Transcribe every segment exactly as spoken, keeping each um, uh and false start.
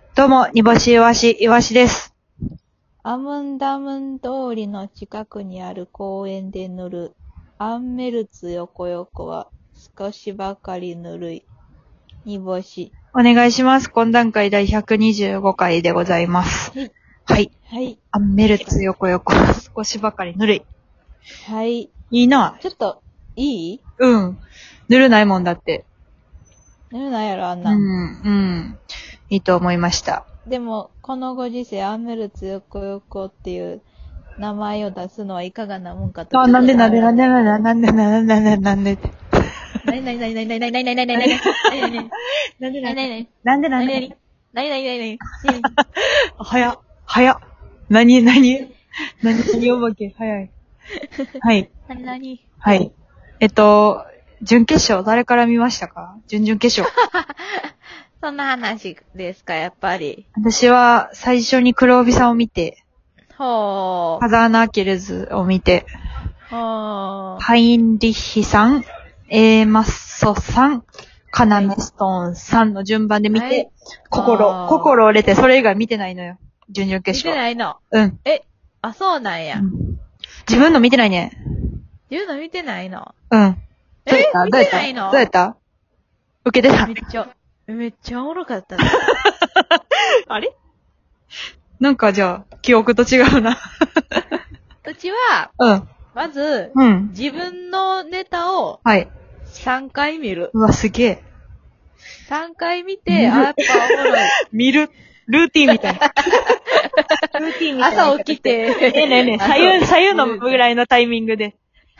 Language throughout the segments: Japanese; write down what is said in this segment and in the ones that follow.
どうも、煮干しいわし、いわしです。 アムンダムン通りの近くにある公園で塗るアンメルツ横横は少しばかりぬるい。煮干し。 お願いします。懇談会第ひゃくにじゅうごかいでございます。 はい。 はい。 はい。 アンメルツ横横は少しばかりぬるい。 はい。 いいな。 ちょっと、いい？ うん。ぬるないもんだって。 ぬるないやろ、あんな。 うん、うん。いいと思いました。 でも、このご時世、アンメルツ横横っていう名前を出すのはいかがなもんかと。 あ、なんでなんでなんでなんでなんでなんでなんでなんでなになになになになになになになになになになになんでなんでなんでなんでなんでなになになに早っ、早っ。なになになになにおまけ早い。はい。 なになにはい。えっと、準決勝誰から見ましたか？準々決勝。 そんな話ですか、やっぱり。 私は最初に黒帯さんを見て、 ほー。 ハザーナーケルズを見て、 ほー。 ハインリッヒさん、エーマッソさん、カナメストーンさんの順番で見て、はい、心、心折れてそれ以外見てないのよ。準々決勝。 見てないの？ うん。 え、あ、そうなんや。うん、 自分の見てないね。 自分の見てないの？ うん。どうやったえ、見てないの？ どうやった受けてた？ めっちゃ、めっちゃおもろかったね。 あれなんかじゃあ、記憶と違うな。 うちは、うん。まず、うん。自分のネタを、はい。さんかい見る。 うわ、すげえ。 さんかい見て、あ、やっぱおもろい。 見る。ルーティンみたいな。ルーティンみたいな。 朝起きて。 ええねえねえ、左右、左右のぐらいのタイミングで。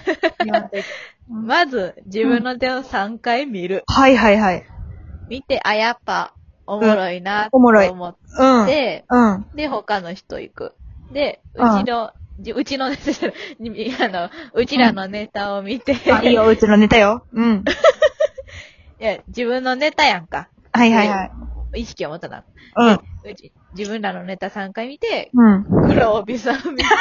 まず、自分の手をさんかい見る。 うん、はいはいはい。 見て、あ、やっぱ、おもろいな、と思って、 うん。うん。 で、他の人行く。で、うちの、うん、うちの、あの、うちらのネタを見て。 うん、あ、いいよ、うちのネタよ。うん。 いや、自分のネタやんか。 はいはいはい。 意識を持たな。 うん。 うち、自分らのネタさんかい見て、 うん。 黒帯さん見て、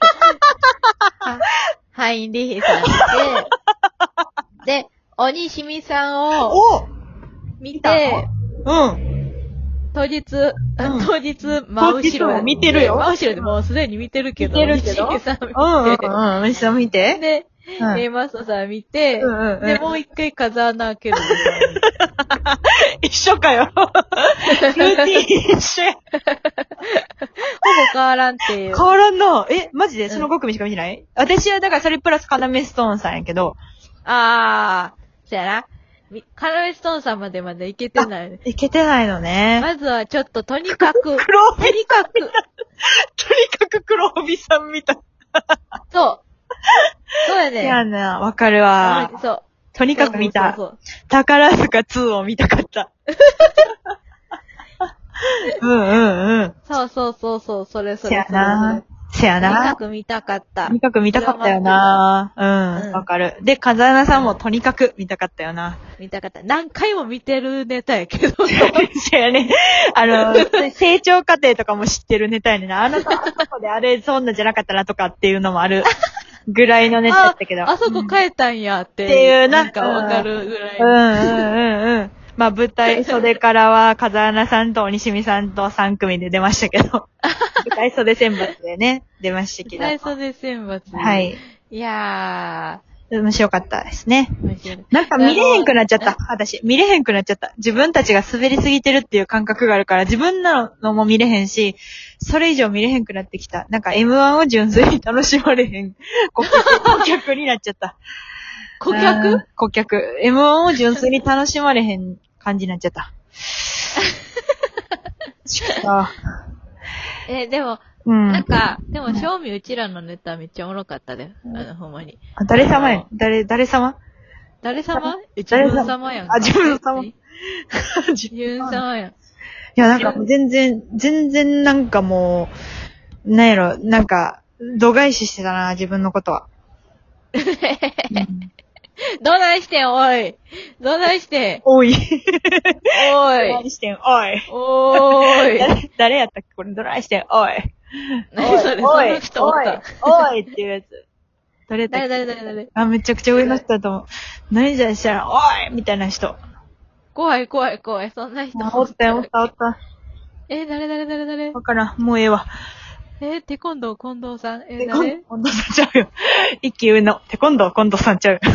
ハインリヒさん見て、で、鬼しみさんを見て、 うん。 当日、うん、当日、真後ろ。 見てるよ。 真後ろでもうすでに見てるけど。 見てるけど。 鬼しみさん見て。 うんうんうん。鬼しみさん見て。 で、うん、エマストさん見て、うんうんうん、で、もう一回風穴開ける。 一緒かよ。ルーティン一緒や。ほぼ変わらんっていう。 変わらんな。え、マジでそのご組しか見てない、うん、私はだからそれプラスカナメストーンさんやけど。 あー、そやな。カナメストーンさんまでまでいけてない。 いけてないのね。 まずはちょっととにかく。 黒帯とにかく。とにかく黒帯さん見た。 そう。そうやね。 いやな、わかるわ。 そう。 とにかく見た。そうそうそう宝塚ツーを見たかった。うんうんうん。 そうそうそうそう、それそれ。 せやな。せやな。 とにかく見たかった。 とにかく見たかったよな。うん、わ、うん、かる。で、風穴さんもとにかく見たかったよな。 見たかった。何回も見てるネタやけど。 せやね。あの、成長過程とかも知ってるネタやねんな。あの、あそこであれ、そんなじゃなかったなとかっていうのもある。ぐらいのネタだったけど。 あ、あそこ変えたんやって。 っていう、 なんかわかるぐらい。 うんうんうんうん。まあ舞台袖からは風穴さんと鬼しみさんとさん組で出ましたけど。舞台袖選抜でね、出ましたけど。 舞台袖選抜。 はい。 いやー。面白かったですね。なんか見れへんくなっちゃった。私。見れへんくなっちゃった。自分たちが滑りすぎてるっていう感覚があるから、自分なのも見れへんし、それ以上見れへんくなってきた。なんか エムワン を純粋に楽しまれへん顧客、顧客になっちゃった。 顧客？ 顧客。エムワン を純粋に楽しまれへん感じになっちゃった。 え、でも、うん、なんか、でも、正味うちらのネタめっちゃおもろかったで。あの、ほんまに。 あ、誰様やん。誰、誰様誰様自分様やん。 あ、自分様。 自分様やん。いや、なんか全然、全然なんかもう、なんやろ、なんか、度外視してたな、自分のことは。 うん、どないしてん、おい。どないしてん。 おい。おい。 どないしてん、おい。 おーい。 誰、誰やったっけこれ、どないしてん、おい。 何それ、その人おった。 おいっていうやつ。誰だっけ誰誰誰誰あ、めちゃくちゃ上の人だと思う。何じゃしたら、おいみたいな人。 怖い怖い怖い、そんな人おったよ、おったおった。 え、誰誰誰誰わからん。もうええわ。 え、テコンドー近藤さんえ、 テコン誰近藤さんちゃうよ。一気上の。テコンドー近藤さんちゃうよ。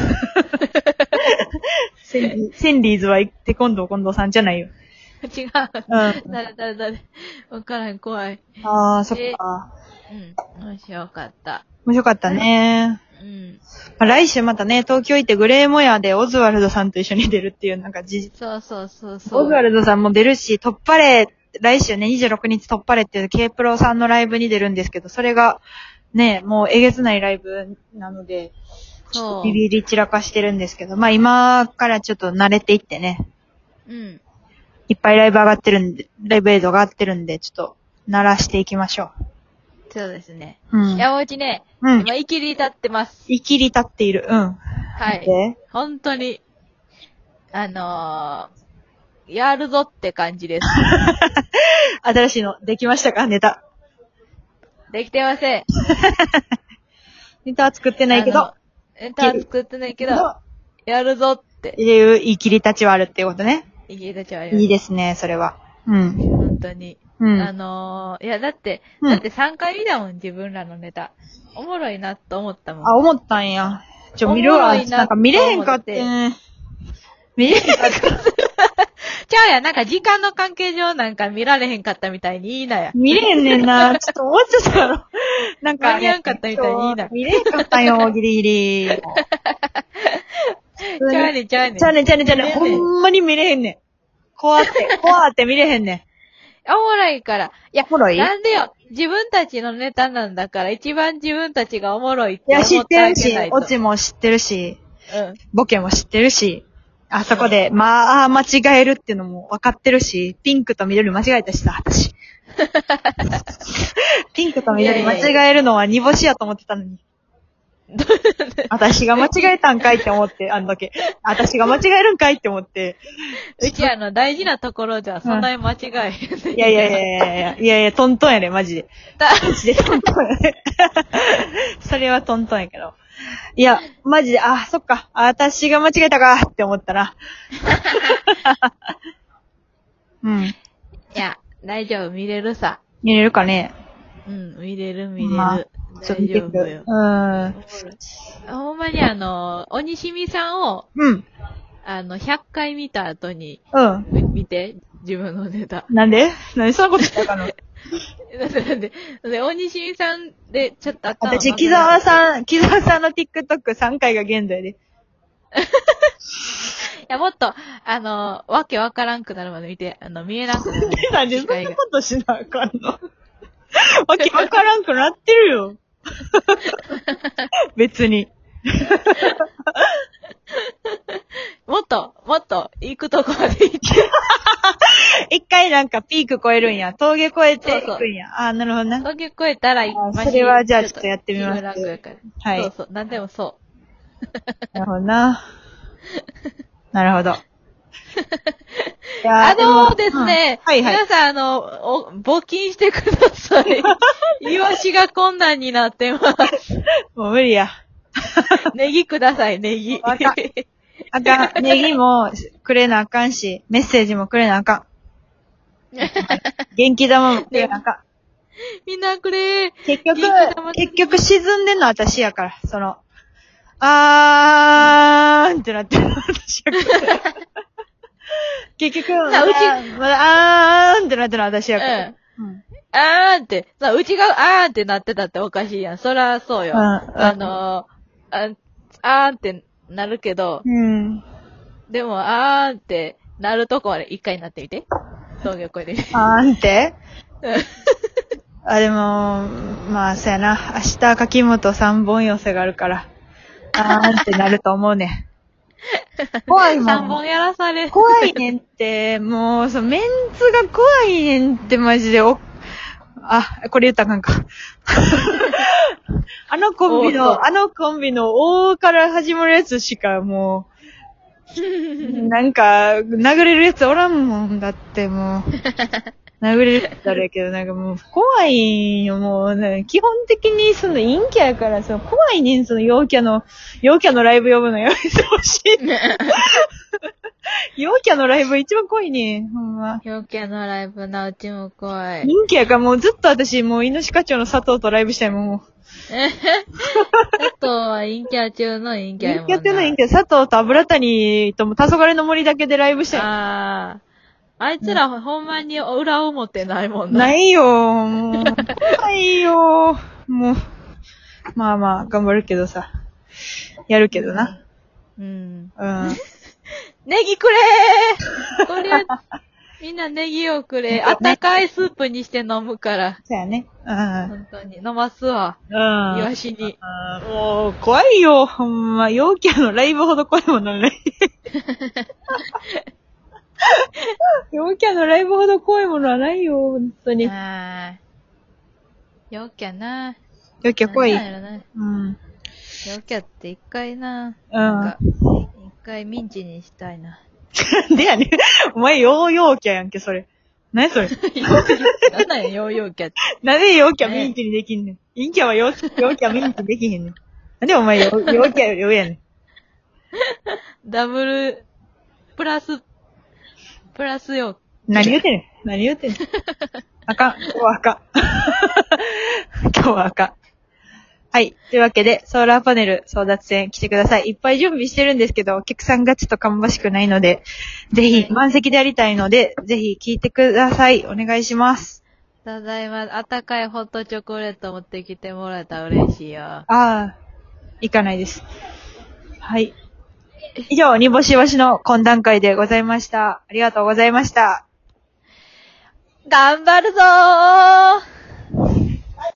センリーセンリーズはテコンドー近藤さんじゃないよ。 違う。 うん。 誰誰誰わからん、怖い。 ああ、そっか。 うん。面白かった。 面白かったね。 うん。 まあ、来週またね、東京行ってグレーモヤでオズワルドさんと一緒に出るっていう、なんか事実。 そうそうそうそう。 オズワルドさんも出るし、突破レ来週ね、にじゅうろくにち突破レっていう K プロさんのライブに出るんですけど、それが、ね、もうえげつないライブなので、ちょっとビビり散らかしてるんですけど、まあ今からちょっと慣れていってね。 うん。 いっぱいライブ上がってるんで、ライブ映像が上がってるんで、ちょっと、鳴らしていきましょそうですね。 う。うん。 いや、もううちね、 うん。 今、生きり立ってます。 生きり立っている。うん。 はい。 で、 本当に、あのー、やるぞって感じです。 新しいの、できましたかネタ。 できてません。 ネタは作ってないけど、 ネタは作ってないけど、やるぞって。 いう言い切り立ちはあるっていうことね。 生きり立ちはあります。 いいですね、それは。うん。 本当に。 うん。 あのー、いや、だって、 うんだってさんかい見たもん、自分らのネタ。おもろいなと思ったもん。 あ、思ったんや。ちょ、見るわ。 おもろいななんか見れへんかってん。見れへんかった。 ちゃうやん、なんか時間の関係上なんか見られへんかったみたいに言いなや。 見れへんねんな。ちょっと思っちゃったやろ。なんか、 間に合わんかったみたいにいいな見れへんかったんよ、ギリギリ。 ちゃうねん、ちゃうねん。 ちゃうねん、ちゃうねん、ちゃうねん。ほんまに見れへんねん。怖って、怖って見れへんねん。 おもろいから。いや、 おもろいなんでよ。自分たちのネタなんだから、一番自分たちがおもろいっていや、知思ってってるしあげない、と。 オチも知ってるし、 うん。 ボケも知ってるし、あそこで、まあ、間違えるっていうのも分かってるし、ピンクと緑間違えたしさ、私。ピンクと緑間違えるのは煮干しやと思ってたのに。私が間違えたんかいって思って、あんだけ。私が間違えるんかいって思って。 うちあの、大事なところじゃ、そんなに間違えへん。 いやいやいやいやいや、いやいや、トントンやね、マジで。マジでトントンやね。それはトントンやけど。いや、マジで、あ、そっか、私が間違えたかって思ったな。うん。 いや、大丈夫、見れるさ。 見れるかね。 うん、見れる見れる。 まあちょっと見てくる。 大丈夫よ。 うん。 ほんまにあの、鬼しみさんを、 うん。 あの、ひゃっかい見た後に、 うん。 み見て、自分のネタ。 なんでなんでそんなことしたかななんで、なんで、なんで、鬼しみさんで、ちょっと頭私、木沢さん、木沢さんの TikTokさんかいが限度やで。 いや、もっと、あの、わけわからんくなるまで見て、あの、見えなくなる。 なんでそんなことしなあかんのわけわからんくなってるよ。別に。 もっと、もっと、行くとこまで行って。 一回なんかピーク超えるんや。峠越えていくんや。ああ、なるほどな。 峠越えたら、 あそれはじゃあちょっとやってみます気分楽やから。 はいそうそう、なんでもそなるほどな。なるほど。 う。あのーですね、 うんはいはい。 皆さん、あの、お、募金してください。イワシが困難になってます。 もう無理や。 ネギください、ネギ。 わかあかん。ネギもくれなあかんし、メッセージもくれなあかん。元気玉もくれなあかん。 みんなくれー。 結局元気玉、 結局沈んでんの私やから、その、あーんってなってるの私やから。結局、まだ、 うちまだあーんってなってるの私やから。 うん。 うん。 あーんって、さ、うちがあーんってなってたっておかしいやん。そらそうよ。 うんあのー、あ、あーんってなるけど、 うん。 でも、あーんってなるとこまで一回なってみて。峠越えてみて。 あーんってうんあ、でも、まあ、そうやな。明日、柿本三本寄せがあるから、あーんってなると思うね。怖いもん。 三本やらされる。 怖いねんって、もう、そのメンツが怖いねんってマジで、お、あ、これ言ったらあかんか。あのコンビおーそうの、あのコンビの大から始まるやつしかもう、なんか、殴れるやつおらんもんだってもう。殴れるって言ったらあれやけど、なんかもう、怖いよ、もう、ね、基本的にその陰キャやから、その怖いねん、その陽キャの、陽キャのライブ呼ぶのやめてほしい。 陽キャのライブ一番濃いね。ほんま。 陽キャのライブな、うちも怖い。 人気やからもうずっと私、もう、イノシカ町の佐藤とライブしたいもん、もう。 えへ佐藤は陰キャ中の陰キャやもんな。 陰キャっての陰キャ、佐藤と油谷とも、黄昏の森だけでライブしたい。 ああ。あいつらほんまに裏表ないもんな。 ないよー。もうないよー。もう。まあまあ、頑張るけどさ。やるけどな。 うん。 うん。 ネギくれーこれ、みんなネギをくれ。あったかいスープにして飲むから。 そうやね。うん。 本当に。飲ますわ。 うん。 イワシに。 うん。もう、怖いよ。ほんま、陽キャのライブほど怖いものない。陽キャのライブほど怖いものはないよ、本当に。 あー。陽キャな。 陽キャ怖い。 なんやろな。 うん。 陽キャって一回な。 うん。 なんか、一回ミンチにしたいな。 なんでやねん。お前、ヨーヨーキャやんけ、それ。何それ。 なんなんや、ヨーヨーキャって。 なんでヨーキャミンチにできんねん。陰キャはヨーヨーキャミンチできへんねん。なんでお前ヨーヨーキャより上やねん。 ダブル、プラス、プラスよ。 何言うてんねん。何言うてんねん。あかん。今日はあかん。今日はあかん。はい。というわけで、ソーラーパネル争奪戦来てください。いっぱい準備してるんですけど、お客さんがちょっと芳しくないので、ぜひ、満席でやりたいので、ぜひ聞いてください。お願いします。 ただいま、あったかいホットチョコレート持ってきてもらえたら嬉しいよ。 ああ、行かないです。はい。以上、煮干しわしの懇談会でございました。ありがとうございました。 頑張るぞー